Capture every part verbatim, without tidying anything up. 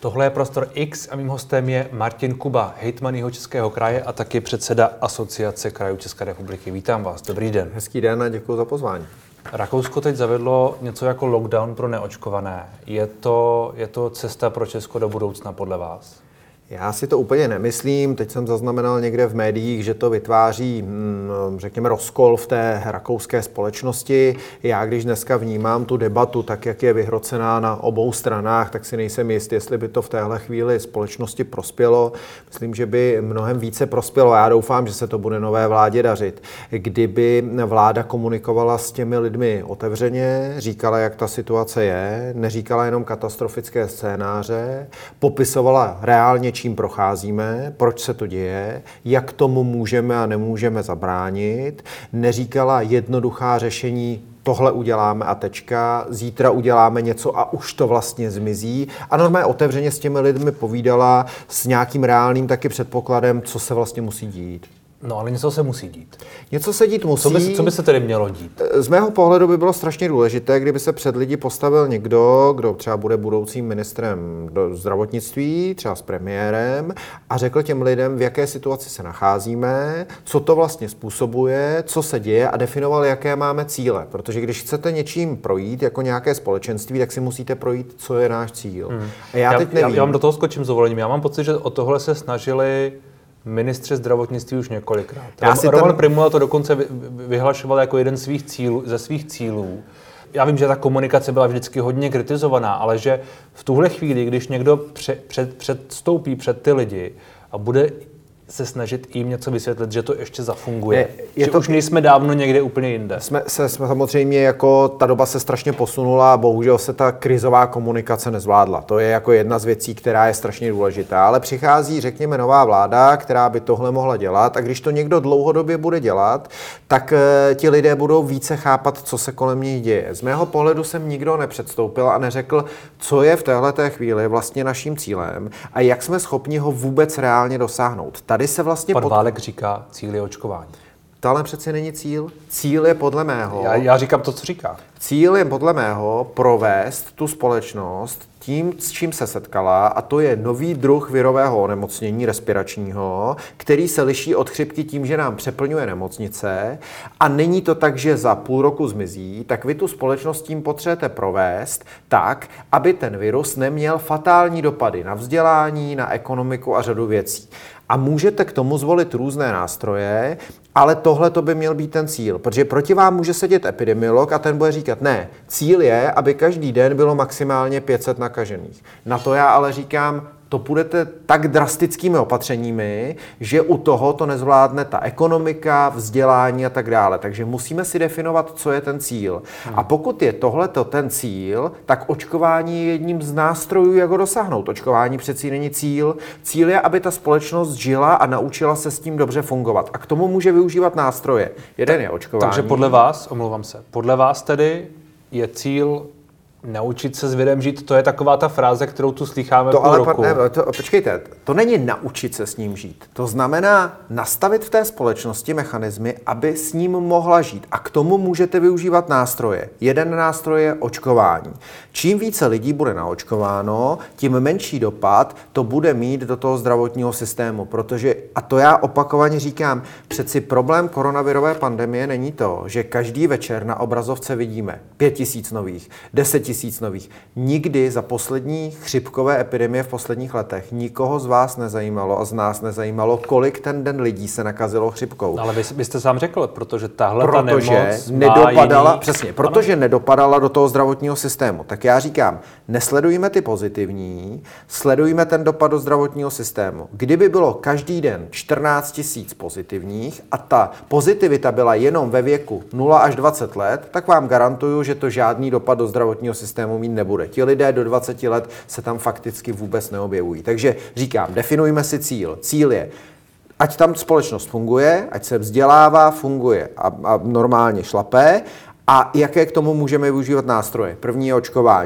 Tohle je Prostor X a mým hostem je Martin Kuba, hejtman Jihočeského kraje a taky předseda Asociace krajů České republiky. Vítám vás, dobrý den. Hezký den a děkuji za pozvání. Rakousko teď zavedlo něco jako lockdown pro neočkované. Je to, je to cesta pro Česko do budoucna podle vás? Já si to úplně nemyslím. Teď jsem zaznamenal někde v médiích, že to vytváří, řekněme, rozkol v té rakouské společnosti. Já, když dneska vnímám tu debatu tak, jak je vyhrocená na obou stranách, tak si nejsem jist, jestli by to v téhle chvíli společnosti prospělo. Myslím, že by mnohem více prospělo. Já doufám, že se to bude nové vládě dařit. Kdyby vláda komunikovala s těmi lidmi otevřeně, říkala, jak ta situace je, neříkala jenom katastrofické scénáře, popisovala reálně, čím procházíme, proč se to děje, jak tomu můžeme a nemůžeme zabránit, neříkala jednoduchá řešení, tohle uděláme a tečka, zítra uděláme něco a už to vlastně zmizí. A normálně otevřeně s těmi lidmi povídala s nějakým reálným taky předpokladem, co se vlastně musí dít. No, ale něco se musí dít. Něco se dít musí. Co by, co by se tedy mělo dít? Z mého pohledu by bylo strašně důležité, kdyby se před lidi postavil někdo, kdo třeba bude budoucím ministrem zdravotnictví, třeba s premiérem, a řekl těm lidem, v jaké situaci se nacházíme, co to vlastně způsobuje, co se děje a definoval, jaké máme cíle. Protože když chcete něčím projít, jako nějaké společenství, tak si musíte projít, co je náš cíl. Hmm. A já, já teď nevím. Já, já vám do toho skočím s dovolením. Já mám pocit, že o tohle se snažili ministři zdravotnictví už několikrát. Já si Roman ten... Prymula to dokonce vyhlašoval jako jeden svých cílů, ze svých cílů. Já vím, že ta komunikace byla vždycky hodně kritizovaná, ale že v tuhle chvíli, když někdo pře, před, předstoupí před ty lidi a bude se snažit jim něco vysvětlit, že to ještě zafunguje. Je, je že to, už nejsme dávno někde úplně jinde. Jsme, se, jsme samozřejmě jako, ta doba se strašně posunula a bohužel se ta krizová komunikace nezvládla. To je jako jedna z věcí, která je strašně důležitá. Ale přichází, řekněme, nová vláda, která by tohle mohla dělat, a když to někdo dlouhodobě bude dělat, tak e, ti lidé budou více chápat, co se kolem nich děje. Z mého pohledu jsem nikdo nepředstoupil a neřekl, co je v téhleté chvíli vlastně naším cílem a jak jsme schopni ho vůbec reálně dosáhnout. Tady se vlastně Pan pod... Válek říká, cíl je očkování. Tohle přeci není cíl. Cíl je podle mého... Já, já říkám to, co říká. Cíl je podle mého provést tu společnost tím, s čím se setkala, a to je nový druh virového onemocnění respiračního, který se liší od chřipky tím, že nám přeplňuje nemocnice, a není to tak, že za půl roku zmizí, tak vy tu společnost tím potřebujete provést tak, aby ten virus neměl fatální dopady na vzdělání, na ekonomiku a řadu věcí. A můžete k tomu zvolit různé nástroje, ale tohle to by měl být ten cíl, protože proti vám může sedět epidemiolog a ten bude říkat, ne, cíl je, aby každý den bylo maximálně pět set nakažených. Na to já ale říkám, to půjdete tak drastickými opatřeními, že u toho to nezvládne ta ekonomika, vzdělání a tak dále. Takže musíme si definovat, co je ten cíl. Hmm. A pokud je tohleto ten cíl, tak očkování je jedním z nástrojů, jak ho dosáhnout. Očkování přeci není cíl. Cíl je, aby ta společnost žila a naučila se s tím dobře fungovat. A k tomu může využívat nástroje. Jeden je očkování. Takže podle vás, omlouvám se, podle vás tedy je cíl naučit se s virem žít, to je taková ta fráze, kterou tu slýcháme to půl ale, roku. Ne, to, počkejte, to není naučit se s ním žít. To znamená nastavit v té společnosti mechanismy, aby s ním mohla žít. A k tomu můžete využívat nástroje. Jeden nástroj je očkování. Čím více lidí bude naočkováno, tím menší dopad to bude mít do toho zdravotního systému. Protože, a to já opakovaně říkám, přeci problém koronavirové pandemie není to, že každý večer na obrazovce vidíme pět tisíc nových, deset tisíc nových. Nikdy za poslední chřipkové epidemie v posledních letech nikoho z vás nezajímalo a z nás nezajímalo, kolik ten den lidí se nakazilo chřipkou. Ale vy, vy jste sám řekl, protože tahle protože ta nemoc nedopadala, jiný... přesně, protože ano. nedopadala do toho zdravotního systému. Tak já říkám, nesledujme ty pozitivní, sledujme ten dopad do zdravotního systému. Kdyby bylo každý den čtrnáct tisíc pozitivních a ta pozitivita byla jenom ve věku nula až dvacet let, tak vám garantuju, že to žádný dopad do zdravotního systému mít nebude. Ti lidé do dvaceti let se tam fakticky vůbec neobjevují. Takže říkám, definujme si cíl. Cíl je, ať tam společnost funguje, ať se vzdělává, funguje a, a normálně šlapé, a jaké k tomu můžeme využívat nástroje. První je očkování.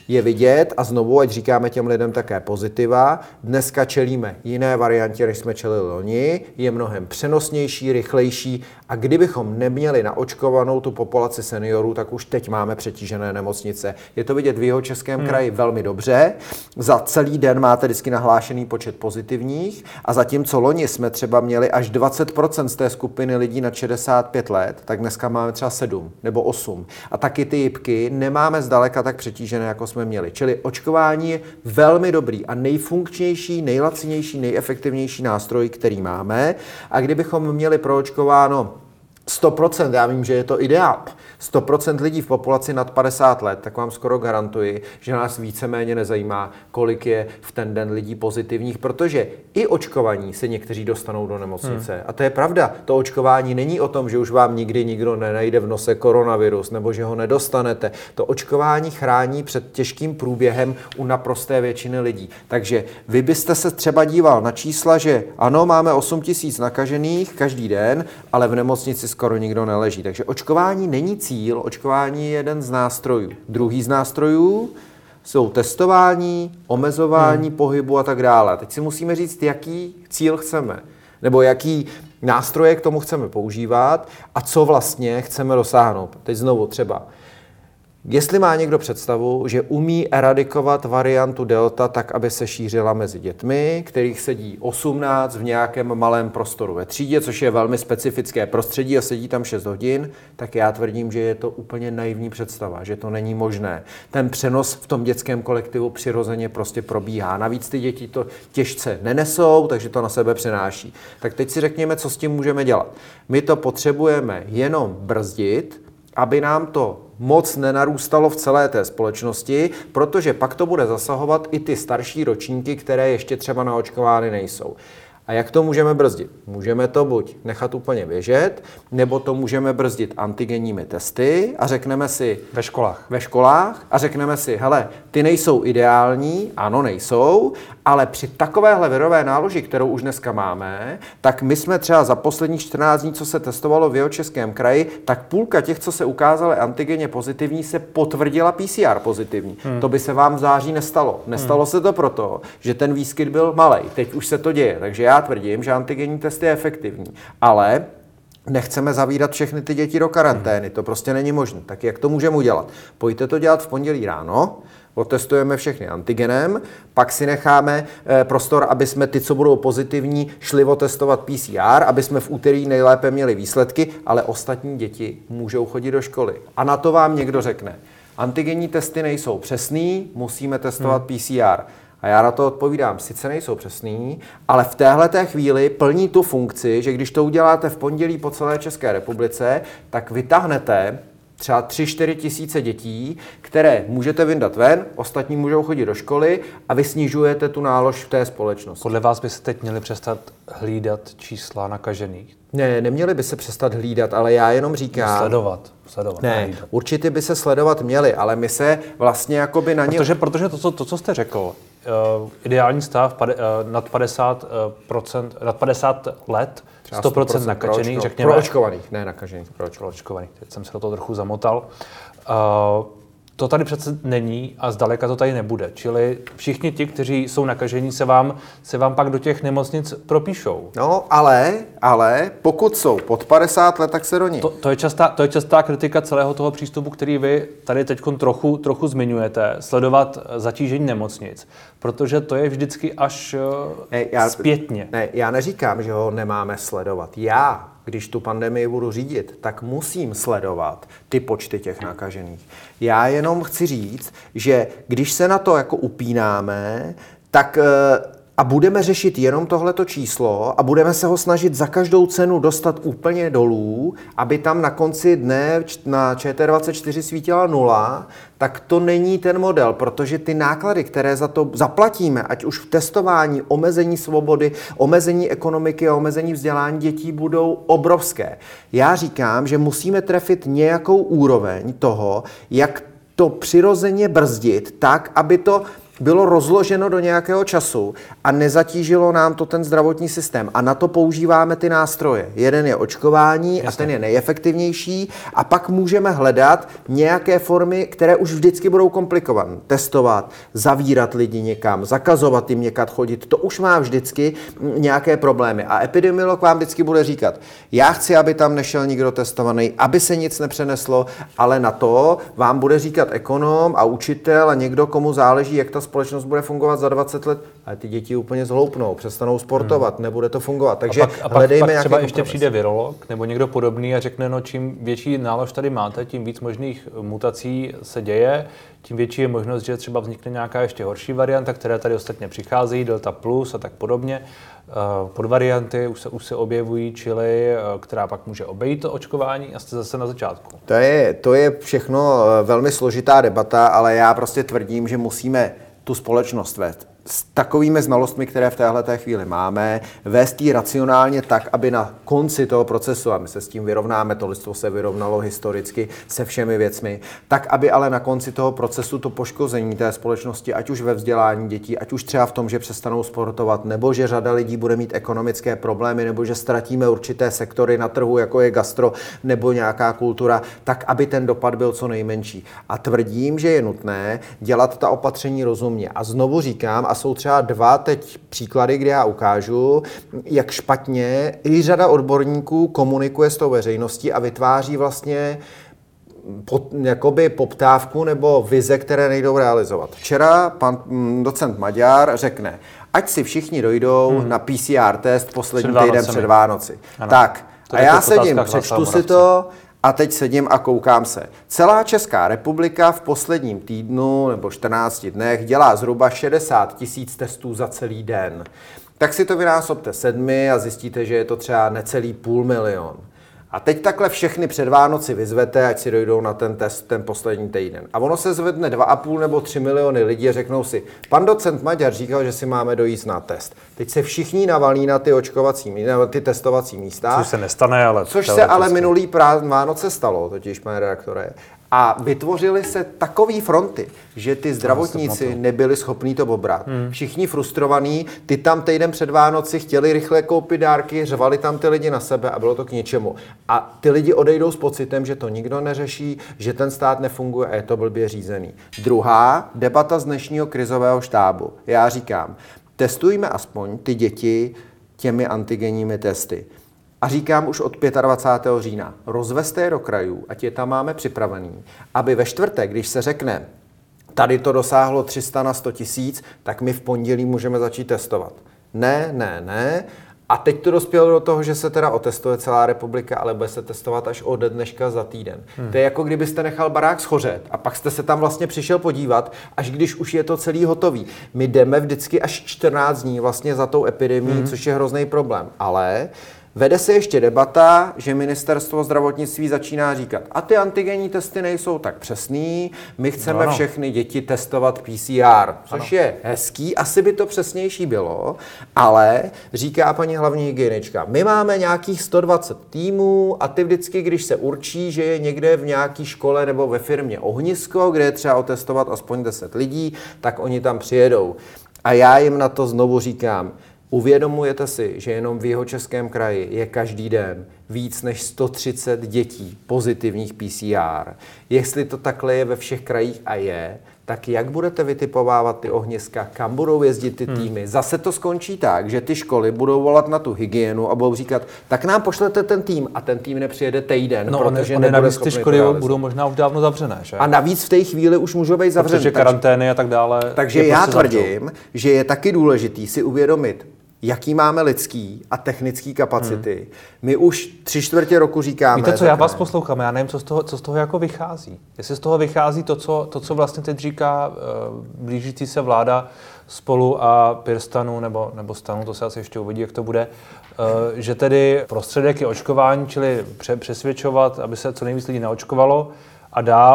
Je vidět, a znovu, ať říkáme těm lidem také pozitiva, dneska čelíme jiné variantě, než jsme čelili loni, je mnohem přenosnější, rychlejší a kdybychom neměli naočkovanou tu populaci seniorů, tak už teď máme přetížené nemocnice. Je to vidět v Jihočeském hmm. kraji velmi dobře. Za celý den máte vždycky nahlášený počet pozitivních a zatímco loni jsme třeba měli až dvacet procent z té skupiny lidí nad šedesát pět let, tak dneska máme třeba sedm nebo osm. A taky ty jipky nemáme zdaleka tak přetížené, jako jsme měli. Čili očkování je velmi dobrý a nejfunkčnější, nejlacinější, nejefektivnější nástroj, který máme. A kdybychom měli proočkováno sto procent, já vím, že je to ideál, sto procent lidí v populaci nad padesát let, tak vám skoro garantuji, že nás víceméně nezajímá, kolik je v ten den lidí pozitivních, protože i očkovaní se někteří dostanou do nemocnice. Hmm. A to je pravda. To očkování není o tom, že už vám nikdy nikdo nenajde v nose koronavirus, nebo že ho nedostanete. To očkování chrání před těžkým průběhem u naprosté většiny lidí. Takže vy byste se třeba díval na čísla, že ano, máme osm tisíc nakažených každý den, ale v nemocnici skoro nikdo neleží. Takže očkování není cíl, očkování je jeden z nástrojů. Druhý z nástrojů jsou testování, omezování hmm. pohybu a tak dále. Teď si musíme říct, jaký cíl chceme, nebo jaký nástroje k tomu chceme používat a co vlastně chceme dosáhnout. Teď znovu třeba, jestli má někdo představu, že umí eradikovat variantu delta tak, aby se šířila mezi dětmi, kterých sedí osmnáct v nějakém malém prostoru ve třídě, což je velmi specifické prostředí a sedí tam šest hodin, tak já tvrdím, že je to úplně naivní představa, že to není možné. Ten přenos v tom dětském kolektivu přirozeně prostě probíhá. Navíc ty děti to těžce nenesou, takže to na sebe přenáší. Tak teď si řekněme, co s tím můžeme dělat. My to potřebujeme jenom brzdit, aby nám to moc nenarůstalo v celé té společnosti, protože pak to bude zasahovat i ty starší ročníky, které ještě třeba naočkovány nejsou. A jak to můžeme brzdit? Můžeme to buď nechat úplně běžet, nebo to můžeme brzdit antigenními testy a řekneme si... Ve školách. Ve školách a řekneme si, hele, ty nejsou ideální, ano, nejsou, ale při takovéhle virové náloži, kterou už dneska máme, tak my jsme třeba za posledních čtrnáct dní, co se testovalo v Jihočeském kraji, tak půlka těch, co se ukázaly antigenně pozitivní, se potvrdila P C R pozitivní. Hmm. To by se vám v září nestalo. Nestalo hmm. se to proto, že ten výskyt byl malej. Teď už se to děje, takže já tvrdím, že antigenní test je efektivní, ale nechceme zavírat všechny ty děti do karantény, to prostě není možné. Tak jak to můžeme udělat? Pojďte to dělat v pondělí ráno, otestujeme všechny antigenem, pak si necháme e, prostor, aby jsme ty, co budou pozitivní, šli otestovat P C R, aby jsme v úterý nejlépe měli výsledky, ale ostatní děti můžou chodit do školy. A na to vám někdo řekne, antigenní testy nejsou přesný, musíme testovat hmm. P C R. A já na to odpovídám, sice nejsou přesný, ale v téhleté chvíli plní tu funkci, že když to uděláte v pondělí po celé České republice, tak vytáhnete třeba tři čtyři tisíce dětí, které můžete vyndat ven, ostatní můžou chodit do školy a vy snižujete tu nálož v té společnosti. Podle vás by se teď měli přestat hlídat čísla nakažených? Ne, neměli by se přestat hlídat, ale já jenom říkám... Sledovat. sledovat ne, hlídat. Určitě by se sledovat měli, ale my se vlastně jakoby na ně... Protože, protože to, co, to, co jste řekl, uh, ideální stav pade, uh, nad padesát procent, nad padesát let, sto procent nakažených, řekněme. Proočkovaných, ne nakažených, proočkovaných. Teď jsem se do toho trochu zamotal. Uh, To tady přece není a zdaleka to tady nebude. Čili všichni ti, kteří jsou nakažení, se vám, se vám pak do těch nemocnic propíšou. No, ale, ale pokud jsou pod padesát let, tak se do ní. To, to, je častá, to je častá kritika celého toho přístupu, který vy tady teď trochu, trochu zmiňujete, sledovat zatížení nemocnic. Protože to je vždycky až ne, já, zpětně. Ne, já neříkám, že ho nemáme sledovat. Já, když tu pandemii budu řídit, tak musím sledovat ty počty těch nakažených. Já jenom chci říct, že když se na to jako upínáme, tak a budeme řešit jenom tohleto číslo a budeme se ho snažit za každou cenu dostat úplně dolů, aby tam na konci dne na Č T dvacet čtyři svítila nula, tak to není ten model, protože ty náklady, které za to zaplatíme, ať už v testování, omezení svobody, omezení ekonomiky a omezení vzdělání dětí budou obrovské. Já říkám, že musíme trefit nějakou úroveň toho, jak to přirozeně brzdit tak, aby to bylo rozloženo do nějakého času a nezatížilo nám to ten zdravotní systém. A na to používáme ty nástroje. Jeden je očkování Jasně. a ten je nejefektivnější a pak můžeme hledat nějaké formy, které už vždycky budou komplikované. Testovat, zavírat lidi někam, zakazovat jim někam chodit. To už má vždycky nějaké problémy. A epidemiolog vám vždycky bude říkat, já chci, aby tam nešel nikdo testovaný, aby se nic nepřeneslo, ale na to vám bude říkat ekonom a učitel a někdo, komu záleží, jak ta společnost bude fungovat za dvacet let, ale ty děti úplně zhloupnou, přestanou sportovat, hmm. nebude to fungovat. Takže a pak, a pak, hledejme pak třeba ještě přijde virolog nebo někdo podobný a řekne, no čím větší nálož tady máte, tím víc možných mutací se děje, tím větší je možnost, že třeba vznikne nějaká ještě horší varianta, které tady ostatně přicházejí, delta plus a tak podobně. Podvarianty už se, už se objevují, čili která pak může obejít to očkování a jste zase na začátku. To je, to je všechno velmi složitá debata, ale já prostě tvrdím, že musíme tu společnost vést s takovými znalostmi, které v téhleté chvíli máme, vést ji racionálně tak, aby na konci toho procesu, a my se s tím vyrovnáme, to lidstvo se vyrovnalo historicky se všemi věcmi, tak, aby ale na konci toho procesu to poškození té společnosti, ať už ve vzdělání dětí, ať už třeba v tom, že přestanou sportovat, nebo že řada lidí bude mít ekonomické problémy, nebo že ztratíme určité sektory na trhu, jako je gastro nebo nějaká kultura, tak, aby ten dopad byl co nejmenší. A tvrdím, že je nutné dělat ta opatření rozumně. A znovu říkám, a jsou třeba dva teď příklady, kde já ukážu, jak špatně i řada odborníků komunikuje s tou veřejností a vytváří vlastně pod, jakoby poptávku nebo vize, které nejdou realizovat. Včera pan docent Maďar řekne, ať si všichni dojdou hmm. na P C R test poslední před týden před Vánoci. Ano. Tak, a já sedím, přečtu si to, a teď sedím a koukám se. Celá Česká republika v posledním týdnu nebo čtrnácti dnech dělá zhruba šedesát tisíc testů za celý den. Tak si to vynásobte sedmi a zjistíte, že je to třeba necelý půl milion. A teď takhle všechny před Vánoci vyzvete, ať si dojdou na ten test ten poslední týden. A ono se zvedne dva a půl nebo tři miliony lidí a řeknou si, pan docent Maďar říkal, že si máme dojít na test. Teď se všichni navalí na ty očkovací, na ty testovací místa. Což se nestane, ale... Což se ale minulý prázdn Vánoce stalo, totiž, pane redaktore. A vytvořily se takové fronty, že ty zdravotníci nebyli schopní to obrat. Hmm. Všichni frustrovaní, ty tam týden před Vánoci chtěli rychle koupit dárky, řvali tam ty lidi na sebe a bylo to k ničemu. A ty lidi odejdou s pocitem, že to nikdo neřeší, že ten stát nefunguje a je to blbě řízený. Druhá debata z dnešního krizového štábu. Já říkám, testujme aspoň ty děti těmi antigenními testy. A říkám už od dvacátého pátého října, rozvezte je do krajů, ať je tam máme připravený, aby ve čtvrtek, když se řekne, tady to dosáhlo tři sta na sto tisíc, tak my v pondělí můžeme začít testovat. Ne, ne, ne. A teď to dospělo do toho, že se teda otestuje celá republika, ale bude se testovat až od dneška za týden. Hmm. To je jako kdybyste nechal barák schořet a pak jste se tam vlastně přišel podívat, až když už je to celý hotový. My jdeme vždycky až čtrnáct dní vlastně za tou epidemií, hmm. což je hrozný problém. Ale vede se ještě debata, že ministerstvo zdravotnictví začíná říkat, a ty antigenní testy nejsou tak přesný, my chceme no, no. všechny děti testovat P C R, což ano. je hezký, asi by to přesnější bylo, ale říká paní hlavní hygienička, my máme nějakých sto dvacet týmů a ty vždycky, když se určí, že je někde v nějaké škole nebo ve firmě ohnisko, kde je třeba otestovat aspoň deset lidí, tak oni tam přijedou. A já jim na to znovu říkám, uvědomujete si, že jenom v Jihočeském kraji je každý den víc než sto třicet dětí pozitivních P C R. Jestli to takhle je ve všech krajích a je, tak jak budete vytipovávat ty ohniska, kam budou jezdit ty týmy? Hmm. Zase to skončí tak, že ty školy budou volat na tu hygienu a budou říkat, tak nám pošlete ten tým a ten tým nepřijede týden, no, protože one, navíc ty školy budou možná už dávno zavřené, že? A navíc v té chvíli už můžou být zavřené. Protože karantény a tak dále. Takže já prostě tvrdím, zavřou. Že je taky důležitý si uvědomit, jaký máme lidský a technický kapacity. Hmm. My už tři čtvrtě roku říkáme... Víte co, já vás poslouchám, já nevím, co z toho, co z toho jako vychází. Jestli z toho vychází to, co, to, co vlastně teď říká uh, blížící se vláda Spolu a PirSTANu, nebo, nebo STANu, to se asi ještě uvidí, jak to bude, uh, že tedy prostředek je očkování, čili pře- přesvědčovat, aby se co nejvíc lidí naočkovalo a dál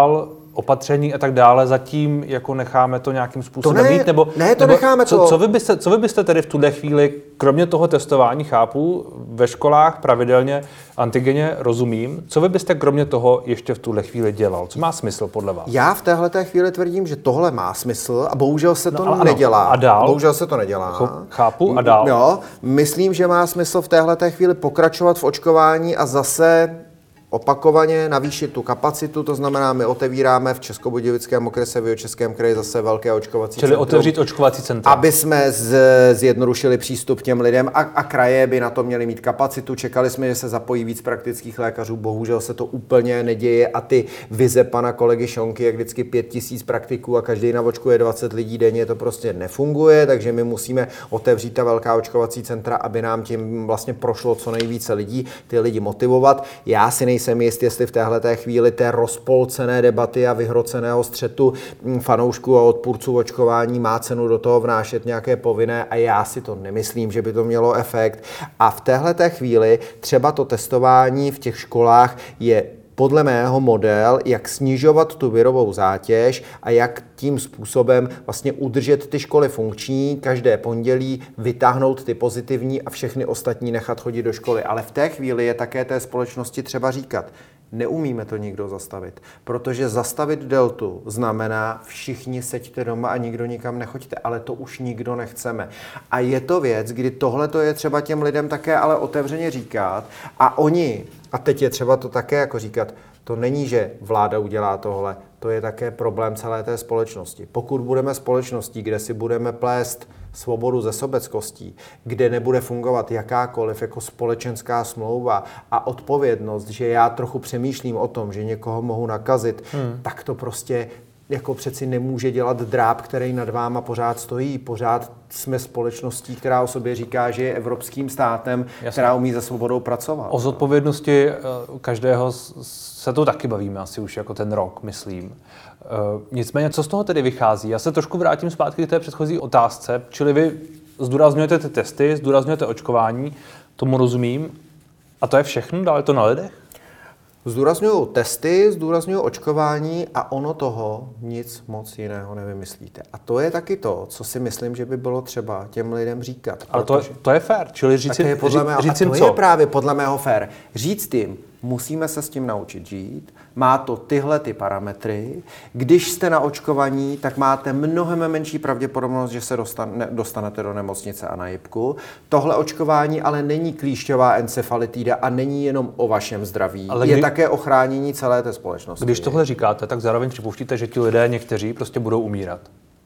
opatření a tak dále, zatím jako necháme to nějakým způsobem to ne, být? Nebo, ne, to nebo necháme co, to. Co vy, byste, co vy byste tedy v tuhle chvíli, kromě toho testování, chápu, ve školách pravidelně antigeně rozumím, co vy byste kromě toho ještě v tuhle chvíli dělal? Co má smysl podle vás? Já v téhleté chvíli tvrdím, že tohle má smysl a bohužel se to no, nedělá. A dál? Bohužel se to nedělá. Chápu, a dál? Jo, myslím, že má smysl v téhleté chvíli pokračovat v očkování a zase opakovaně navýšit tu kapacitu, to znamená, my otevíráme v Českobudějovickém okrese, v Jihočeském kraji zase velké očkovací Čili centrum. otevřít očkovací centrum. Aby jsme z, zjednodušili přístup těm lidem a, a kraje by na to měly mít kapacitu. Čekali jsme, že se zapojí víc praktických lékařů, bohužel se to úplně neděje a ty vize pana kolegy Šonky, jak vždycky pět tisíc praktiků a každý navočkuje dvacet lidí denně, to prostě nefunguje, takže my musíme otevřít ta velká očkovací centra, aby nám tím vlastně prošlo co nejvíce lidí, ty lidi motivovat. Já si nejsem jist, jestli v téhleté chvíli té rozpolcené debaty a vyhroceného střetu fanoušků a odpůrců očkování má cenu do toho vnášet nějaké povinné a já si to nemyslím, že by to mělo efekt. A v téhleté chvíli třeba to testování v těch školách je podle mého model, jak snižovat tu virovou zátěž a jak tím způsobem vlastně udržet ty školy funkční, každé pondělí vytáhnout ty pozitivní a všechny ostatní nechat chodit do školy. Ale v té chvíli je také té společnosti třeba říkat, neumíme to nikdo zastavit, protože zastavit deltu znamená všichni seďte doma a nikdo nikam nechoďte, ale to už nikdo nechceme. A je to věc, kdy tohle to je třeba těm lidem také ale otevřeně říkat a oni, a teď je třeba to také jako říkat, to není, že vláda udělá tohle, to je také problém celé té společnosti. Pokud budeme společností, kde si budeme plést svobodu ze sobeckostí, kde nebude fungovat jakákoliv jako společenská smlouva a odpovědnost, že já trochu přemýšlím o tom, že někoho mohu nakazit, hmm. tak to prostě jako přeci nemůže dělat dráb, který nad váma pořád stojí. Pořád jsme společností, která o sobě říká, že je evropským státem, Jasně. která umí se svobodou pracovat. O zodpovědnosti každého se to taky bavíme asi už jako ten rok, myslím. Nicméně, co z toho tedy vychází? Já se trošku vrátím zpátky k té předchozí otázce, čili vy zdůrazňujete ty testy, zdůrazňujete očkování, tomu rozumím. A to je všechno? Dále to na lidech? Zdůrazňuju testy, zdůrazňuju očkování a ono toho nic moc jiného nevymyslíte. A to je taky to, co si myslím, že by bylo třeba těm lidem říkat. Ale to, to je fér, čili říct jim, mého, říct a jim to co? je právě podle mého fér. Říct jim, musíme se s tím naučit žít, má to tyhle ty parametry. Když jste na očkovaní, tak máte mnohem menší pravděpodobnost, že se dostane, dostanete do nemocnice a na jipku. Tohle očkování ale není klíšťová encefalitída a není jenom o vašem zdraví. Ale kdy, je také o chránění celé té společnosti. Když tohle říkáte, tak zároveň připouštíte, že ti lidé někteří prostě budou umírat.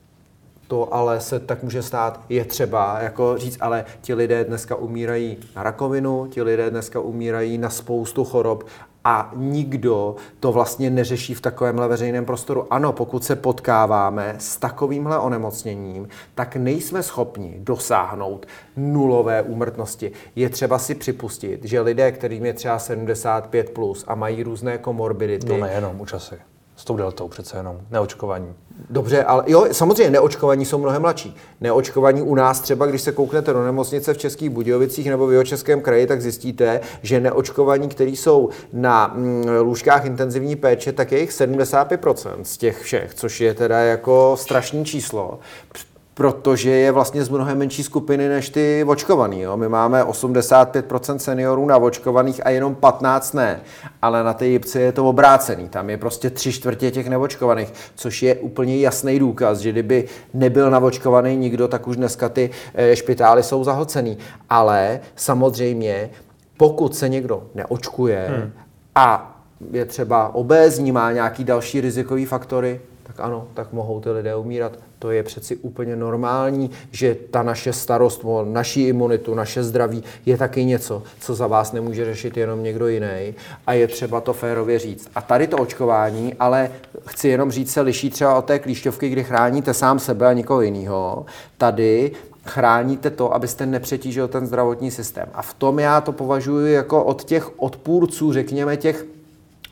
To ale se tak může stát, je třeba jako říct, ale ti lidé dneska umírají na rakovinu, ti lidé dneska umírají na spoustu chorob a nikdo to vlastně neřeší v takovémhle veřejném prostoru. Ano, pokud se potkáváme s takovýmhle onemocněním, tak nejsme schopni dosáhnout nulové úmrtnosti. Je třeba si připustit, že lidé, kterým je třeba sedmdesát pět plus a mají různé komorbidity. No nejenom účasy. S tou deltou přece jenom, neočkovaní. Dobře, ale jo, samozřejmě neočkovaní jsou mnohem mladší. Neočkovaní u nás třeba, když se kouknete do nemocnice v Českých Budějovicích nebo v Jihočeském kraji, tak zjistíte, že neočkovaní, kteří jsou na mm, lůžkách intenzivní péče, tak je jich sedmdesát pět procent z těch všech, což je teda jako strašný číslo. Protože je vlastně z mnohem menší skupiny než ty očkovaný. Jo. My máme osmdesát pět procent seniorů na očkovaných a jenom patnáct ne. Ale na té jipce je to obrácený. Tam je prostě tři čtvrtě těch neočkovaných, což je úplně jasný důkaz, že kdyby nebyl naočkovaný nikdo, tak už dneska ty špitály jsou zahlcený. Ale samozřejmě, pokud se někdo neočkuje hmm. a je třeba obézní, má nějaký další rizikový faktory, tak ano, tak mohou ty lidé umírat. To je přeci úplně normální, že ta naše starost o naši imunitu, naše zdraví je taky něco, co za vás nemůže řešit jenom někdo jiný a je třeba to férově říct. A tady to očkování, ale chci jenom říct, se liší třeba od té klíšťovky, kdy chráníte sám sebe a nikoho jiného. Tady chráníte to, abyste nepřetížil ten zdravotní systém. A v tom já to považuji jako od těch odpůrců, řekněme těch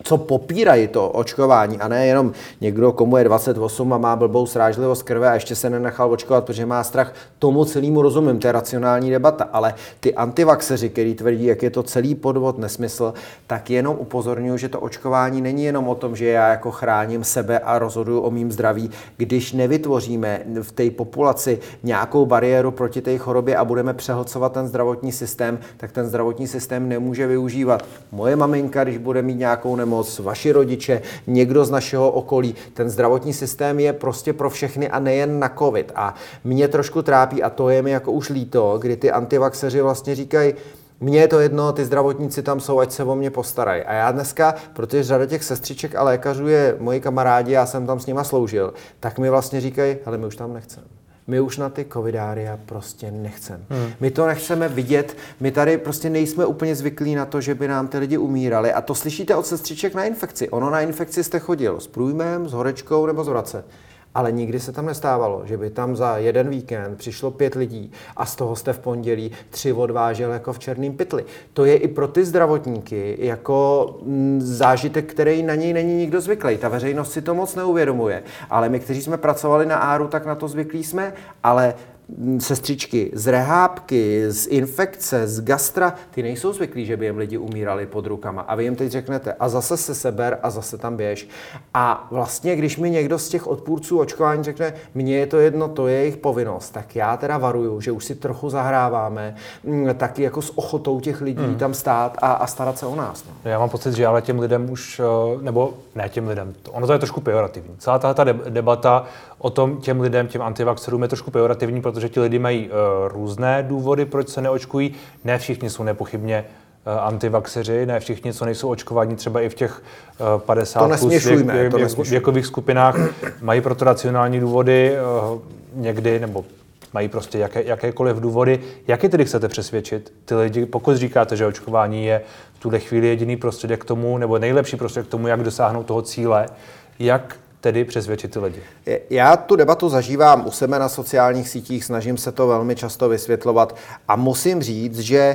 co popírají to očkování a ne jenom někdo, komu je dvacet osm a má blbou srážlivost krve a ještě se nenechal očkovat, protože má strach, tomu celému rozumím, to je racionální debata, ale ty antivaxeři, který tvrdí, jak je to celý podvod, nesmysl, tak jenom upozorňuji, že to očkování není jenom o tom, že já jako chráním sebe a rozhoduju o mým zdraví, když nevytvoříme v té populaci nějakou bariéru proti té chorobě a budeme přehlcovat ten zdravotní systém, tak ten zdravotní systém nemůže využívat moje maminka, když bude mít nějakou nemoc, vaši rodiče, někdo z našeho okolí. Ten zdravotní systém je prostě pro všechny a nejen na covid. A mě trošku trápí, a to je mi jako už líto, kdy ty antivaxeři vlastně říkají, mně je to jedno, ty zdravotníci tam jsou, ať se o mě postarají. A já dneska, protože řada těch sestřiček a lékařů je moji kamarádi, já jsem tam s nima sloužil, tak mi vlastně říkají, hele, my už tam nechceme. My už na ty covidária prostě nechceme. Hmm. My to nechceme vidět, my tady prostě nejsme úplně zvyklí na to, že by nám ty lidi umírali. A to slyšíte od sestřiček na infekci. Ono na infekci jste chodil s průjmem, s horečkou nebo s vrace. Ale nikdy se tam nestávalo, že by tam za jeden víkend přišlo pět lidí a z toho jste v pondělí tři odvážel jako v černém pytli. To je i pro ty zdravotníky jako zážitek, který na něj není nikdo zvyklý. Ta veřejnost si to moc neuvědomuje. Ale my, kteří jsme pracovali na áru, tak na to zvyklí jsme, ale sestřičky z rehábky, z infekce, z gastra, ty nejsou zvyklí, že by jim lidi umírali pod rukama. A vy jim teď řeknete, a zase se seber a zase tam běž. A vlastně, když mi někdo z těch odpůrců očkování řekne, mně je to jedno, to je jejich povinnost, tak já teda varuju, že už si trochu zahráváme, taky jako s ochotou těch lidí hmm. tam stát a, a starat se o nás. No. Já mám pocit, že ale těm lidem už, nebo ne těm lidem, ono to je trošku pejorativní. Celá ta debata o tom těm lidem, těm antivaxerům je trošku pejorativní, protože ti lidi mají uh, různé důvody, proč se neočkují. Ne všichni jsou nepochybně uh, antivaxeři, ne všichni, co nejsou očkovaní, třeba i v těch uh, padesát plus věk, věk, věk, věkových skupinách, mají proto racionální důvody uh, někdy, nebo mají prostě jaké, jakékoliv důvody. Jak je tedy chcete přesvědčit ty lidi, pokud říkáte, že očkování je v tuhle chvíli jediný prostředek k tomu, nebo nejlepší prostředek k tomu, jak dosáhnout toho cíle, jak tedy přesvědčit ty lidi? Já tu debatu zažívám u sebe na sociálních sítích, snažím se to velmi často vysvětlovat a musím říct, že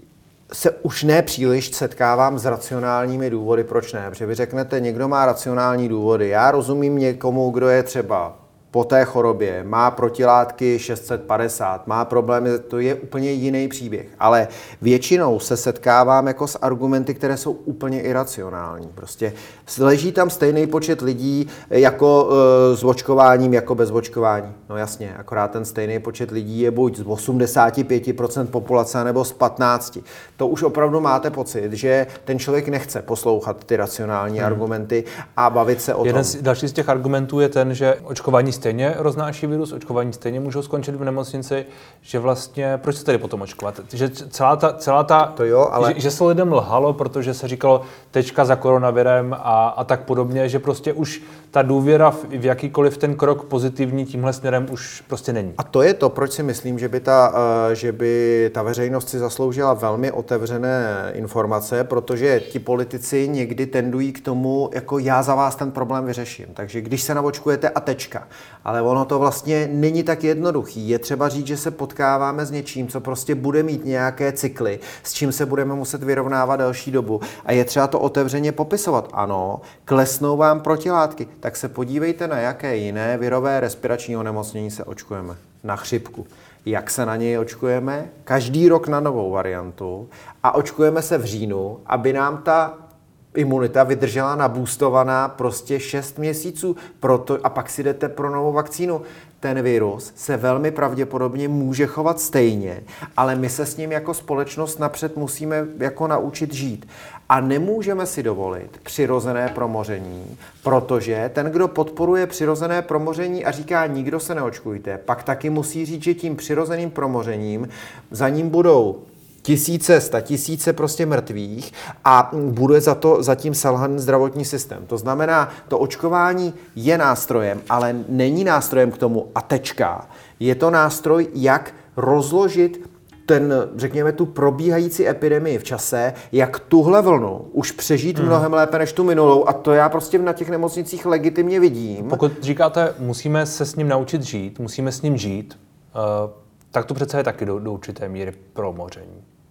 se už ne příliš setkávám s racionálními důvody, proč ne. Protože vy řeknete, někdo má racionální důvody. Já rozumím někomu, kdo je třeba po té chorobě, má protilátky šest set padesát, má problémy, to je úplně jiný příběh. Ale většinou se setkávám jako s argumenty, které jsou úplně iracionální. Prostě leží tam stejný počet lidí jako e, s očkováním, jako bez očkování. No jasně, akorát ten stejný počet lidí je buď z osmdesát pět procent populace, nebo z patnáct procent. To už opravdu máte pocit, že ten člověk nechce poslouchat ty racionální hmm. argumenty a bavit se o Jeden tom. Z, další z těch argumentů je ten, že očkování stejně roznáší virus, očkování stejně můžou skončit v nemocnici, že vlastně, proč se tedy potom očkovat? Že celá ta, celá ta to jo, ale... že, že se lidem lhalo, protože se říkalo tečka za koronavirem a, a tak podobně, že prostě už ta důvěra v, v jakýkoliv ten krok pozitivní tímhle směrem už prostě není. A to je to, proč si myslím, že by ta, že by ta veřejnost si zasloužila velmi otevřené informace, protože ti politici někdy tendují k tomu, jako já za vás ten problém vyřeším. Takže když se naočkujete a tečka. Ale ono to vlastně není tak jednoduchý. Je třeba říct, že se potkáváme s něčím, co prostě bude mít nějaké cykly, s čím se budeme muset vyrovnávat delší dobu. A je třeba to otevřeně popisovat. Ano, klesnou vám protilátky. Tak se podívejte, na jaké jiné virové respirační onemocnění se očkujeme. Na chřipku. Jak se na něj očkujeme? Každý rok na novou variantu. A očkujeme se v říjnu, aby nám ta imunita vydržela naboostovaná prostě šest měsíců, proto, a pak si jdete pro novou vakcínu. Ten virus se velmi pravděpodobně může chovat stejně, ale my se s ním jako společnost napřed musíme jako naučit žít. A nemůžeme si dovolit přirozené promoření, protože ten, kdo podporuje přirozené promoření a říká, nikdo se neočkujte, pak taky musí říct, že tím přirozeným promořením za ním budou tisíce, sta tisíce prostě mrtvých a bude za to zatím selhaný zdravotní systém. To znamená, to očkování je nástrojem, ale není nástrojem k tomu a tečka. Je to nástroj, jak rozložit ten, řekněme, tu probíhající epidemii v čase, jak tuhle vlnu už přežít hmm. mnohem lépe než tu minulou a to já prostě na těch nemocnicích legitimně vidím. Pokud říkáte, musíme se s ním naučit žít, musíme s ním žít, uh, tak to přece je taky do, do určité míry promoření.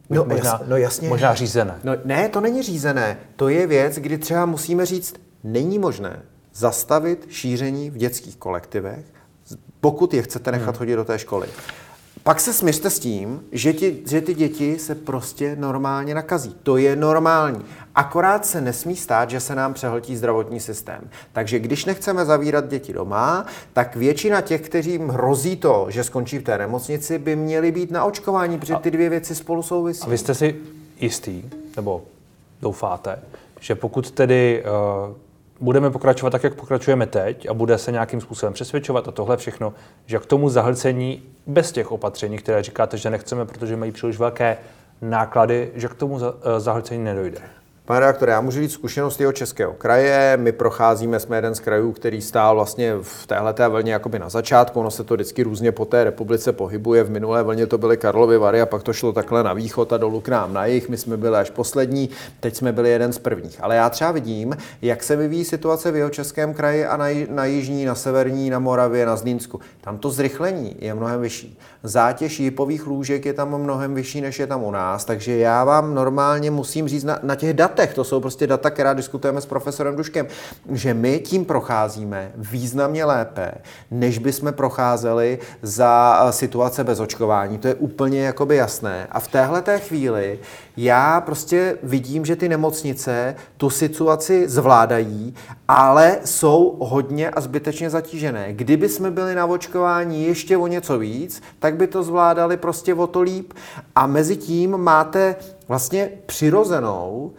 No, možná, jas, no jasně. možná řízené. No, ne, to není řízené. To je věc, kdy třeba musíme říct, není možné zastavit šíření v dětských kolektivech, pokud je chcete nechat hmm. chodit do té školy. Pak se smiřte s tím, že, ti, že ty děti se prostě normálně nakazí. To je normální. Akorát se nesmí stát, že se nám přehltí zdravotní systém. Takže když nechceme zavírat děti doma, tak většina těch, kteřím hrozí to, že skončí v té nemocnici, by měly být na očkování, protože ty dvě věci spolu souvisí. A vy jste si jistý, nebo doufáte, že pokud tedy uh, budeme pokračovat tak, jak pokračujeme teď a bude se nějakým způsobem přesvědčovat a tohle všechno, že k tomu zahlcení bez těch opatření, které říkáte, že nechceme, protože mají příliš velké náklady, že k tomu zahlcení nedojde? Pane redaktore, já můžu říct zkušenost jeho českého kraje. My procházíme, jsme jeden z krajů, který stál vlastně v téhleté vlně jakoby na začátku. Ono se to vždycky různě po té republice pohybuje. V minulé vlně to byly Karlovy Vary a pak to šlo takhle na východ a dolů k nám na jih. My jsme byli až poslední, teď jsme byli jeden z prvních. Ale já třeba vidím, jak se vyvíjí situace v jeho českém kraji a na, na jižní, na severní, na Moravě, na Zlínsku. Tam to zrychlení je mnohem vyšší. Zátěž jípových lůžek je tam mnohem vyšší, než je tam u nás. Takže já vám normálně musím říct na, na těch datech, to jsou prostě data, která diskutujeme s profesorem Duškem, že my tím procházíme významně lépe, než bychom procházeli za situace bez očkování. To je úplně jakoby jasné. A v téhleté chvíli já prostě vidím, že ty nemocnice tu situaci zvládají, ale jsou hodně a zbytečně zatížené. Kdyby jsme byli na očkování ještě o něco víc, tak by to zvládali prostě o to líp. A mezi tím máte vlastně přirozenou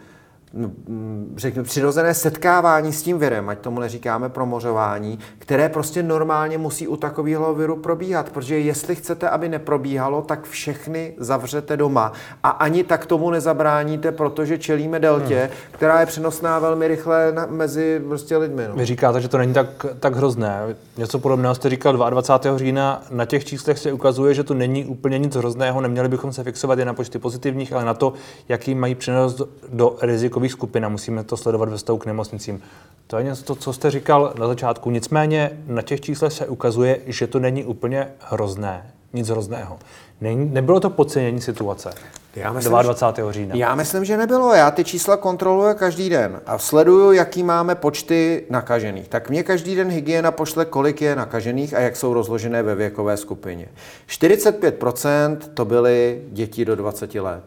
řeknu, přirozené setkávání s tím virem, ať tomu neříkáme promořování, které prostě normálně musí u takového viru probíhat, protože jestli chcete, aby neprobíhalo, tak všechny zavřete doma a ani tak tomu nezabráníte, protože čelíme deltě, hmm. která je přenosná velmi rychle na, mezi prostě lidmi. No. Vy říkáte, že to není tak, tak hrozné. Něco podobného jste říkal dvacátého druhého října. Na těch číslech se ukazuje, že to není úplně nic hrozného. Neměli bychom se fixovat jen na počty pozitivních, ale na to, jaký mají přenos do, do rizikových skupin a musíme to sledovat ve vztahu k nemocnicím. To je něco, co jste říkal na začátku. Nicméně na těch číslech se ukazuje, že to není úplně hrozné. Nic hrozného. Ne, nebylo to podcenění situace já myslím, dvacátého druhého října? Já myslím, že nebylo. Já ty čísla kontroluji každý den a sleduju, jaký máme počty nakažených. Tak mě každý den hygiena pošle, kolik je nakažených a jak jsou rozložené ve věkové skupině. čtyřicet pět procent to byly děti do dvaceti let.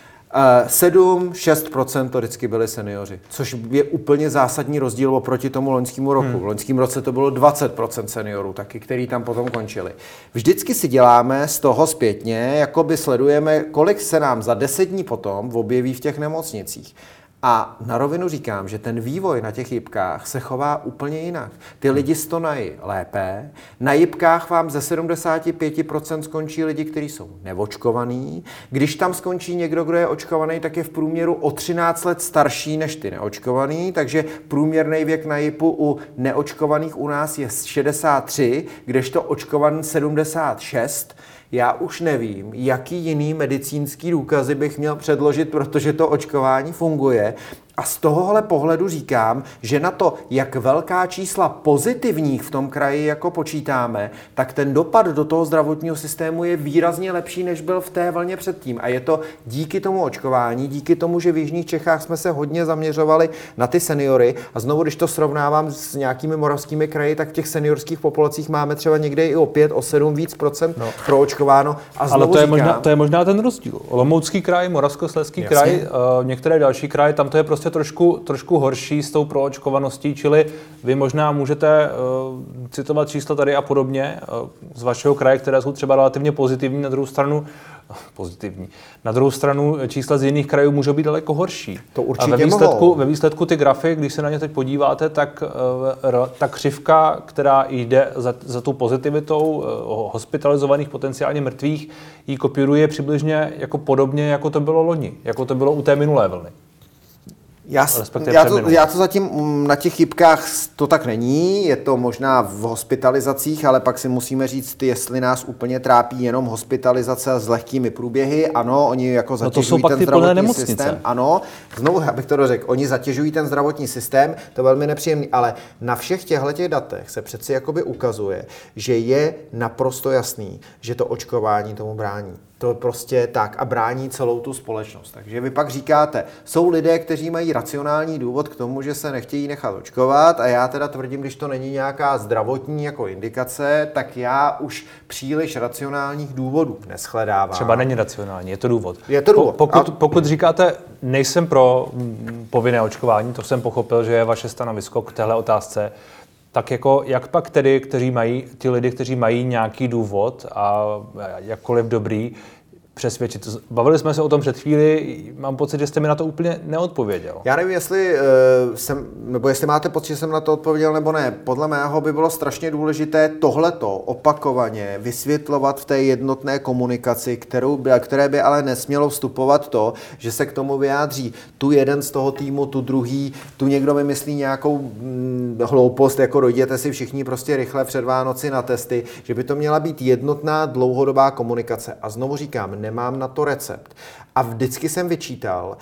sedm až šest procent to vždycky byli seniori, což je úplně zásadní rozdíl oproti tomu loňskému roku. Hmm. V loňském roce to bylo dvacet procent seniorů, taky, který tam potom končili. Vždycky si děláme z toho zpětně, jakoby sledujeme, kolik se nám za deset dní potom objeví v těch nemocnicích. A na rovinu říkám, že ten vývoj na těch jipkách se chová úplně jinak. Ty lidi stonají lépe. Na jipkách vám ze sedmdesát pět procent skončí lidi, kteří jsou neočkovaní. Když tam skončí někdo, kdo je očkovaný, tak je v průměru o třináct let starší než ty neočkovaný, takže průměrný věk na jipu u neočkovaných u nás je šedesát tři, kdežto očkovaný sedmdesát šest. Já už nevím, jaký jiný medicínský důkazy bych měl předložit, protože to očkování funguje. A z tohohle pohledu říkám, že na to, jak velká čísla pozitivních v tom kraji jako počítáme, tak ten dopad do toho zdravotního systému je výrazně lepší, než byl v té vlně předtím. A je to díky tomu očkování, díky tomu, že v jižních Čechách jsme se hodně zaměřovali na ty seniory. A znovu, když to srovnávám s nějakými moravskými kraji, tak v těch seniorských populacích máme třeba někde i o pět, o sedm víc procent no. proočkováno. A znovu ale to je, říkám, možná, to je možná ten rozdíl. Olomoucký kraj, Moravskoslezský kraj, uh, některé další kraje, tam to je prostě trošku, trošku horší s tou proočkovaností, čili vy možná můžete uh, citovat čísla tady a podobně uh, z vašeho kraje, které jsou třeba relativně pozitivní, na druhou stranu uh, pozitivní. Na druhou stranu čísla z jiných krajů můžou být daleko horší. To určitě a ve výsledku, mohou. ve výsledku ty grafy, když se na ně teď podíváte, tak uh, ta křivka, která jde za, za tu pozitivitou uh, hospitalizovaných potenciálně mrtvých, ji kopíruje přibližně jako podobně, jako to bylo loni, jako to bylo u té minulé vlny. Já, já, to, já to zatím na těch chybkách to tak není, je to možná v hospitalizacích, ale pak si musíme říct, jestli nás úplně trápí jenom hospitalizace s lehkými průběhy. Ano, oni jako zatěžují no ten zdravotní systém. Ano, znovu, abych to dořekl, oni zatěžují ten zdravotní systém, to je velmi nepříjemný, ale na všech těchto datech se přeci jakoby ukazuje, že je naprosto jasný, že to očkování tomu brání. to prostě tak a brání celou tu společnost. Takže vy pak říkáte, jsou lidé, kteří mají racionální důvod k tomu, že se nechtějí nechat očkovat a já teda tvrdím, když to není nějaká zdravotní jako indikace, tak já už příliš racionálních důvodů neschledávám. Třeba není racionální, je to důvod. Je to důvod. Po, pokud, pokud říkáte, nejsem pro povinné očkování, to jsem pochopil, že je vaše stanovisko k téhle otázce, tak jako jak pak tedy, kteří mají, ti lidi, kteří mají nějaký důvod a jakkoliv dobrý, přesvědčit. Bavili jsme se o tom před chvíli, mám pocit, že jste mi na to úplně neodpověděl. Já nevím, jestli, uh, jsem, nebo jestli máte pocit, že jsem na to odpověděl nebo ne. Podle mého by bylo strašně důležité tohleto opakovaně vysvětlovat v té jednotné komunikaci, kterou by, které by ale nesmělo vstupovat to, že se k tomu vyjádří tu jeden z toho týmu, tu druhý, tu někdo vymyslí nějakou hm, hloupost, jako dojděte si všichni prostě rychle před Vánoci na testy, že by to měla být jednotná dlouhodobá komunikace. A znovu říkám, nemám na to recept. A vždycky jsem vyčítal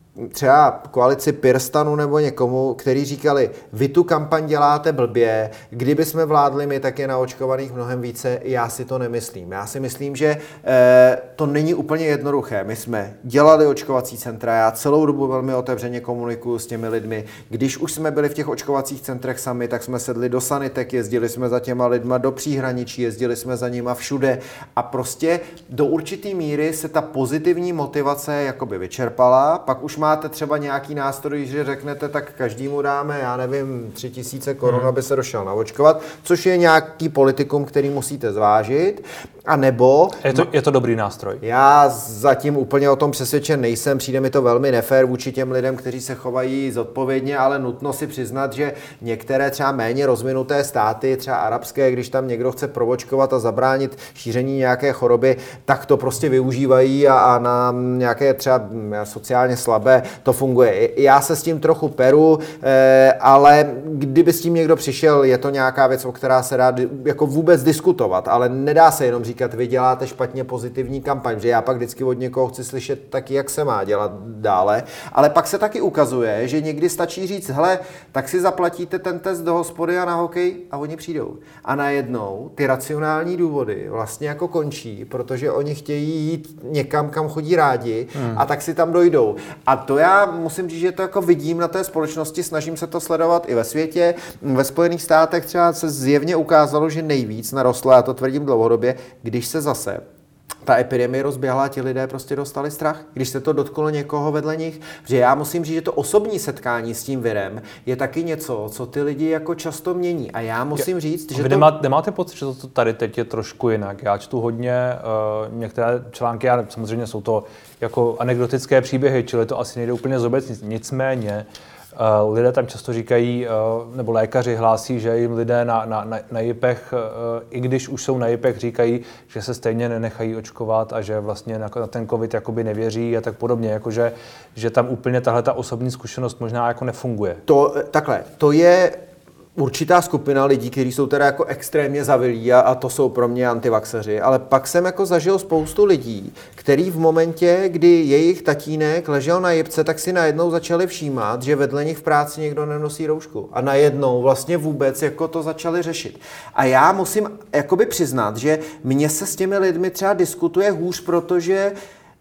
třeba koalici Pirstanu nebo někomu, který říkali, vy tu kampaň děláte blbě, kdyby jsme vládli my, tak je naočkovaných mnohem více, já si to nemyslím. Já si myslím, že eh, to není úplně jednoduché. My jsme dělali očkovací centra, já celou dobu velmi otevřeně komunikuju s těmi lidmi. Když už jsme byli v těch očkovacích centrech sami, tak jsme sedli do sanitek, jezdili jsme za těma lidma do příhraničí, jezdili jsme za nima všude a prostě do určitý míry se ta pozitivní motivace jakoby vyčerpala, pak už máte třeba nějaký nástroj, že řeknete, tak každému dáme, já nevím, tři tisíce korun, hmm. aby se došel naočkovat, což je nějaký politikum, který musíte zvážit, a nebo... Je to, je to dobrý nástroj? Já zatím úplně o tom přesvědčen nejsem, přijde mi to velmi nefér vůči těm lidem, kteří se chovají zodpovědně, ale nutno si přiznat, že některé třeba méně rozvinuté státy, třeba arabské, když tam někdo chce provočkovat a zabránit šíření nějaké choroby, tak to prostě využívají a, a na nějaké třeba sociálně slabé to funguje. Já se s tím trochu peru, eh, ale kdyby s tím někdo přišel, je to nějaká věc, o která se dá jako vůbec diskutovat, ale nedá se jenom říkat, vy děláte špatně pozitivní kampaň, že já pak vždycky od někoho chci slyšet taky, jak se má dělat dále, ale pak se taky ukazuje, že někdy stačí říct, hele, tak si zaplatíte ten test do hospody a na hokej a oni přijdou. A najednou ty racionální důvody vlastně jako končí, protože oni chtějí jít někam, kam chodí rádi hmm. a tak si tam dojdou. A to já musím říct, že to jako vidím na té společnosti, snažím se to sledovat i ve světě. Ve Spojených státech třeba se zjevně ukázalo, že nejvíc narostlo, já to tvrdím dlouhodobě, když se zase ta epidemie rozběhla, ti lidé prostě dostali strach, když se to dotklo někoho vedle nich. Protože já musím říct, že to osobní setkání s tím virem je taky něco, co ty lidi jako často mění. A já musím říct, že Vy to... Nemá, nemáte pocit, že to tady teď je trošku jinak? Já čtu hodně uh, některé články, a samozřejmě jsou to jako anekdotické příběhy, čili to asi nejde úplně zobecnit. Nicméně Uh, lidé tam často říkají, uh, nebo lékaři hlásí, že jim lidé na, na, na, na jipech, uh, i když už jsou na jipech, říkají, že se stejně nenechají očkovat a že vlastně na, na ten covid jakoby nevěří a tak podobně, jakože, že tam úplně tahle ta osobní zkušenost možná jako nefunguje. To, takhle, to je určitá skupina lidí, kteří jsou teda jako extrémně zavilí a, a to jsou pro mě antivaxeři, ale pak jsem jako zažil spoustu lidí, který v momentě, kdy jejich tatínek ležel na jipce, tak si najednou začali všímat, že vedle nich v práci někdo nenosí roušku a najednou vlastně vůbec jako to začali řešit. A já musím jakoby přiznat, že mně se s těmi lidmi třeba diskutuje hůř, protože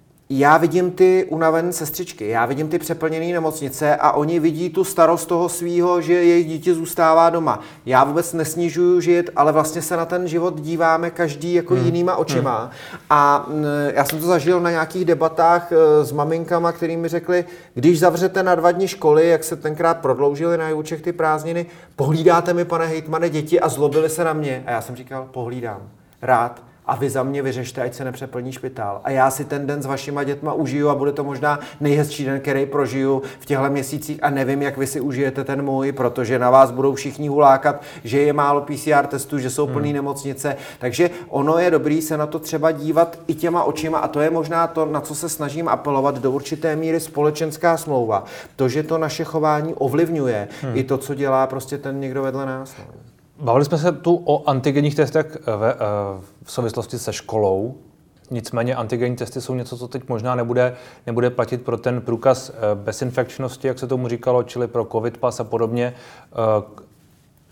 já vidím ty unavené sestřičky, já vidím ty přeplněné nemocnice a oni vidí tu starost toho svýho, že jejich dítě zůstává doma. Já vůbec nesnižuju žít, ale vlastně se na ten život díváme každý jako hmm. jinýma očima. Hmm. A já jsem to zažil na nějakých debatách s maminkama, který mi řekli, když zavřete na dva dny školy, jak se tenkrát prodloužily na Jůčech ty prázdniny, pohlídáte mi, pane hejtmane, děti a zlobili se na mě. A já jsem říkal, pohlídám, rád. A vy za mě vyřešte, ať se nepřeplní špitál. A já si ten den s vašima dětma užiju a bude to možná nejhezčí den, který prožiju v těchto měsících a nevím, jak vy si užijete ten můj, protože na vás budou všichni hulákat, že je málo P C R testů, že jsou plný hmm. nemocnice. Takže ono je dobrý se na to třeba dívat i těma očima a to je možná to, na co se snažím apelovat do určité míry společenská smlouva. To, že to naše chování ovlivňuje hmm. i to, co dělá prostě ten někdo vedle nás. Bavili jsme se tu o antigenních testech ve, v souvislosti se školou. Nicméně antigenní testy jsou něco, co teď možná nebude, nebude platit pro ten průkaz bezinfekčnosti, jak se tomu říkalo, čili pro covid pas a podobně.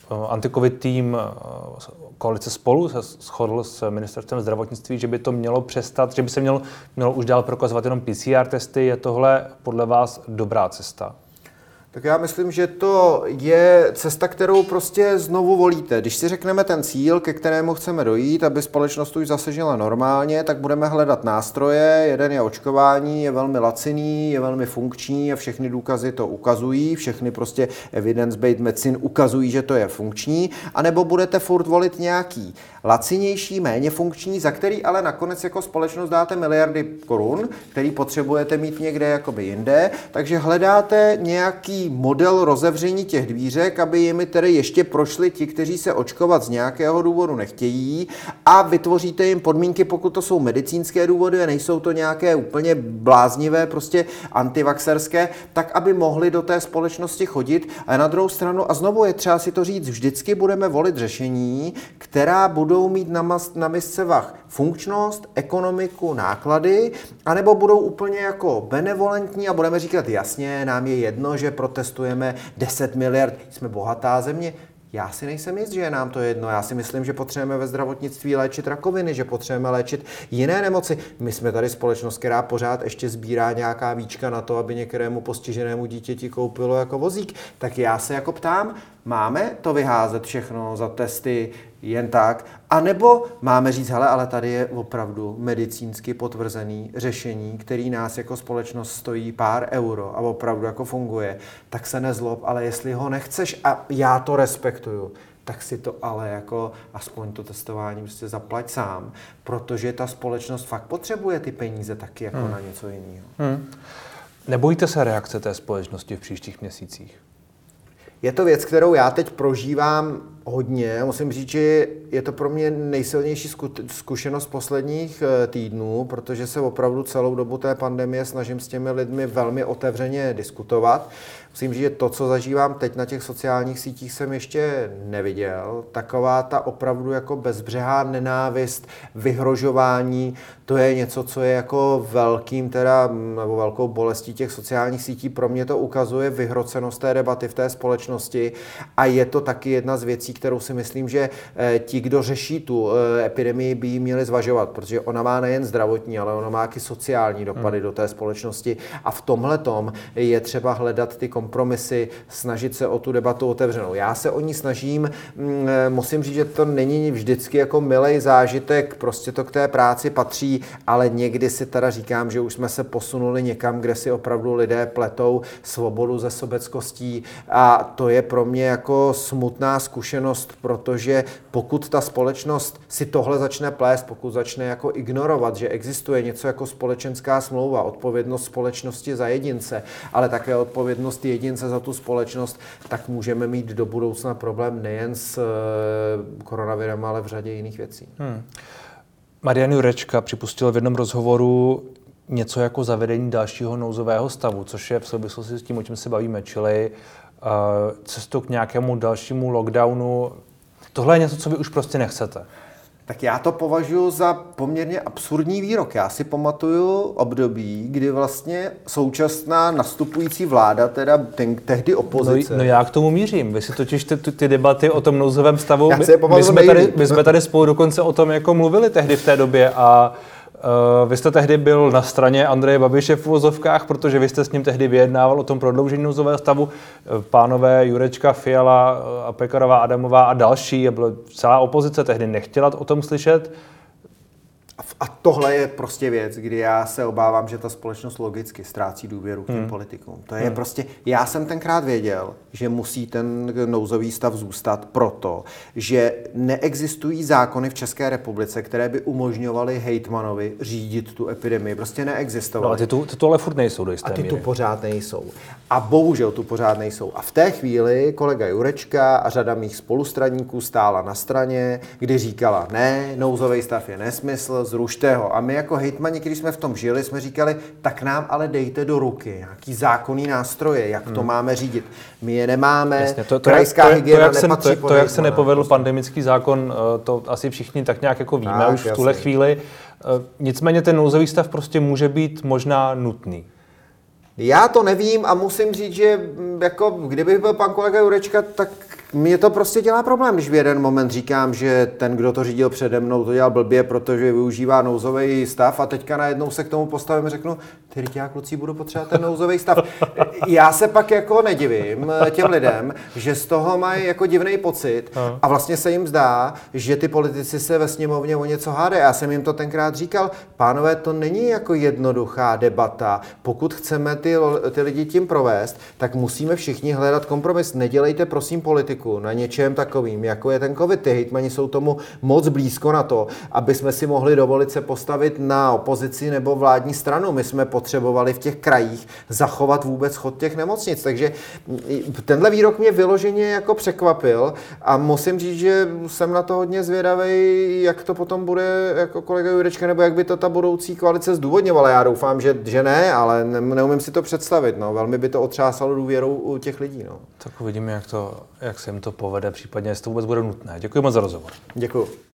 antikovid tým koalice Spolu se shodl s ministerstvem zdravotnictví, že by to mělo přestat, že by se mělo, mělo už dál prokazovat jenom P C R testy. Je tohle podle vás dobrá cesta? Tak já myslím, že to je cesta, kterou prostě znovu volíte. Když si řekneme ten cíl, ke kterému chceme dojít, aby společnost už zasežila normálně, tak budeme hledat nástroje. Jeden je očkování, je velmi laciný, je velmi funkční a všechny důkazy to ukazují. Všechny prostě evidence-based medicine ukazují, že to je funkční. A nebo budete furt volit nějaký lacinější, méně funkční, za který ale nakonec jako společnost dáte miliardy korun, který potřebujete mít někde jakoby jinde. Takže hledáte nějaký model rozevření těch dvířek, aby jimi tedy ještě prošli ti, kteří se očkovat z nějakého důvodu nechtějí, a vytvoříte jim podmínky, pokud to jsou medicínské důvody a nejsou to nějaké úplně bláznivé, prostě antivaxerské, tak aby mohli do té společnosti chodit. A na druhou stranu, a znovu je třeba si to říct, vždycky budeme volit řešení, která budou mít na, mas, na misce vah funkčnost, ekonomiku, náklady, anebo budou úplně jako benevolentní a budeme říkat jasně, nám je jedno, že protestujeme deset miliard, jsme bohatá země. Já si nejsem jist, že je nám to jedno. Já si myslím, že potřebujeme ve zdravotnictví léčit rakoviny, že potřebujeme léčit jiné nemoci. My jsme tady společnost, která pořád ještě sbírá nějaká víčka na to, aby některému postiženému dítěti koupilo jako vozík. Tak já se jako ptám, máme to vyházet všechno za testy jen tak? A nebo máme říct, hele, ale tady je opravdu medicínsky potvrzený řešení, který nás jako společnost stojí pár euro a opravdu jako funguje, tak se nezlob, ale jestli ho nechceš a já to respektuju, tak si to ale jako aspoň to testování prostě zaplať sám, protože ta společnost fakt potřebuje ty peníze taky jako hmm. na něco jiného. Hmm. Nebojíte se reakce té společnosti v příštích měsících? Je to věc, kterou já teď prožívám hodně. Musím říct, že je to pro mě nejsilnější zkušenost posledních týdnů, protože se opravdu celou dobu té pandemie snažím s těmi lidmi velmi otevřeně diskutovat. Musím říct, že to, co zažívám teď na těch sociálních sítích, jsem ještě neviděl. Taková ta opravdu jako bezbřehá nenávist, vyhrožování, to je něco, co je jako velkým teda, nebo velkou bolestí těch sociálních sítí. Pro mě to ukazuje vyhrocenost té debaty v té společnosti a je to taky jedna z věcí, kterou si myslím, že ti, kdo řeší tu epidemii, by ji měli zvažovat, protože ona má nejen zdravotní, ale ona má i sociální dopady hmm. do té společnosti a v tomhletom je třeba hledat ty kompromisy, snažit se o tu debatu otevřenou. Já se o ní snažím, musím říct, že to není vždycky jako milej zážitek, prostě to k té práci patří, ale někdy si teda říkám, že už jsme se posunuli někam, kde si opravdu lidé pletou svobodu ze sobeckostí a to je pro mě jako smutná zkušenost, protože pokud ta společnost si tohle začne plést, pokud začne jako ignorovat, že existuje něco jako společenská smlouva, odpovědnost společnosti za jedince, ale také odpovědnost jedince za tu společnost, tak můžeme mít do budoucna problém nejen s koronavirem, ale v řadě jiných věcí. Hmm. Marian Jurečka připustil v jednom rozhovoru něco jako zavedení dalšího nouzového stavu, což je v souvislosti s tím, o čem se bavíme, čili uh, cestou k nějakému dalšímu lockdownu. Tohle je něco, co vy už prostě nechcete. Tak já to považuji za poměrně absurdní výrok. Já si pamatuju období, kdy vlastně současná nastupující vláda, teda ten, tehdy opozice... No, no já k tomu mířím. Vy si totiž ty, ty debaty o tom nouzovém stavu... Já si je my, my, jsme tady, my jsme tady spolu dokonce o tom jako mluvili tehdy v té době a uh, vy jste tehdy byl na straně Andreje Babiše v uvozovkách, protože vy jste s ním tehdy vyjednával o tom prodloužení nouzového stavu. Pánové Jurečka, Fiala, a Pekarová, Adamová a další, a byla celá opozice tehdy nechtěla o tom slyšet. A tohle je prostě věc, kdy já se obávám, že ta společnost logicky ztrácí důvěru k těm hmm. politikům. To je hmm. prostě, já jsem tenkrát věděl, že musí ten nouzový stav zůstat proto, že neexistují zákony v České republice, které by umožňovaly hejtmanovi řídit tu epidemii. Prostě neexistovaly. No a ty tu, ty tu ale furt nejsou do jisté A ty míry. tu pořád nejsou. A bohužel tu pořád nejsou. A v té chvíli kolega Jurečka a řada mých spolustraníků stála na straně, kdy říkala, ne, nouzový stav je nesmysl, zrušte ho. A my jako hejtmani, když jsme v tom žili, jsme říkali, tak nám ale dejte do ruky nějaký zákonný nástroje, jak to hmm. máme řídit. My je nemáme, Jasně, to, to, krajská to, to, hygiena to, jak nepatří se, to, pod to, jak se nepovedl prostě. pandemický zákon, to asi všichni tak nějak jako víme tak, už v tuhle jasně. chvíli. Nicméně ten nouzový stav prostě může být možná nutný. Já to nevím a musím říct, že jako kdyby byl pan kolega Jurečka, tak Mě to prostě dělá problém, když v jeden moment říkám, že ten, kdo to řídil přede mnou, to dělal blbě, protože využívá nouzový stav a teďka najednou se k tomu postavím a řeknu, ty já kluci budu potřebovat ten nouzový stav. Já se pak jako nedivím těm lidem, že z toho mají jako divný pocit a vlastně se jim zdá, že ty politici se ve sněmovně o něco hádají. Já jsem jim to tenkrát říkal, pánové, to není jako jednoduchá debata. Pokud chceme ty, ty lidi tím provést, tak musíme všichni hledat kompromis. Nedělejte prosím politiku na něčem takovým, jako je ten covid. Ty hejtmani jsou tomu moc blízko na to, aby jsme si mohli dovolit se postavit na opozici nebo vládní stranu. My jsme potřebovali v těch krajích zachovat vůbec chod těch nemocnic. Takže tenhle výrok mě vyloženě jako překvapil a musím říct, že jsem na to hodně zvědavý, jak to potom bude jako kolega Jurečka, nebo jak by to ta budoucí koalice zdůvodňovala. Já doufám, že, že ne, ale ne, neumím si to představit. No. Velmi by to otřásalo důvěrou u těch lidí. No. Tak uvidíme, jak, to, jak se jim to povede, případně jestli to vůbec bude nutné. Děkuji moc za rozhovor. Děkuji.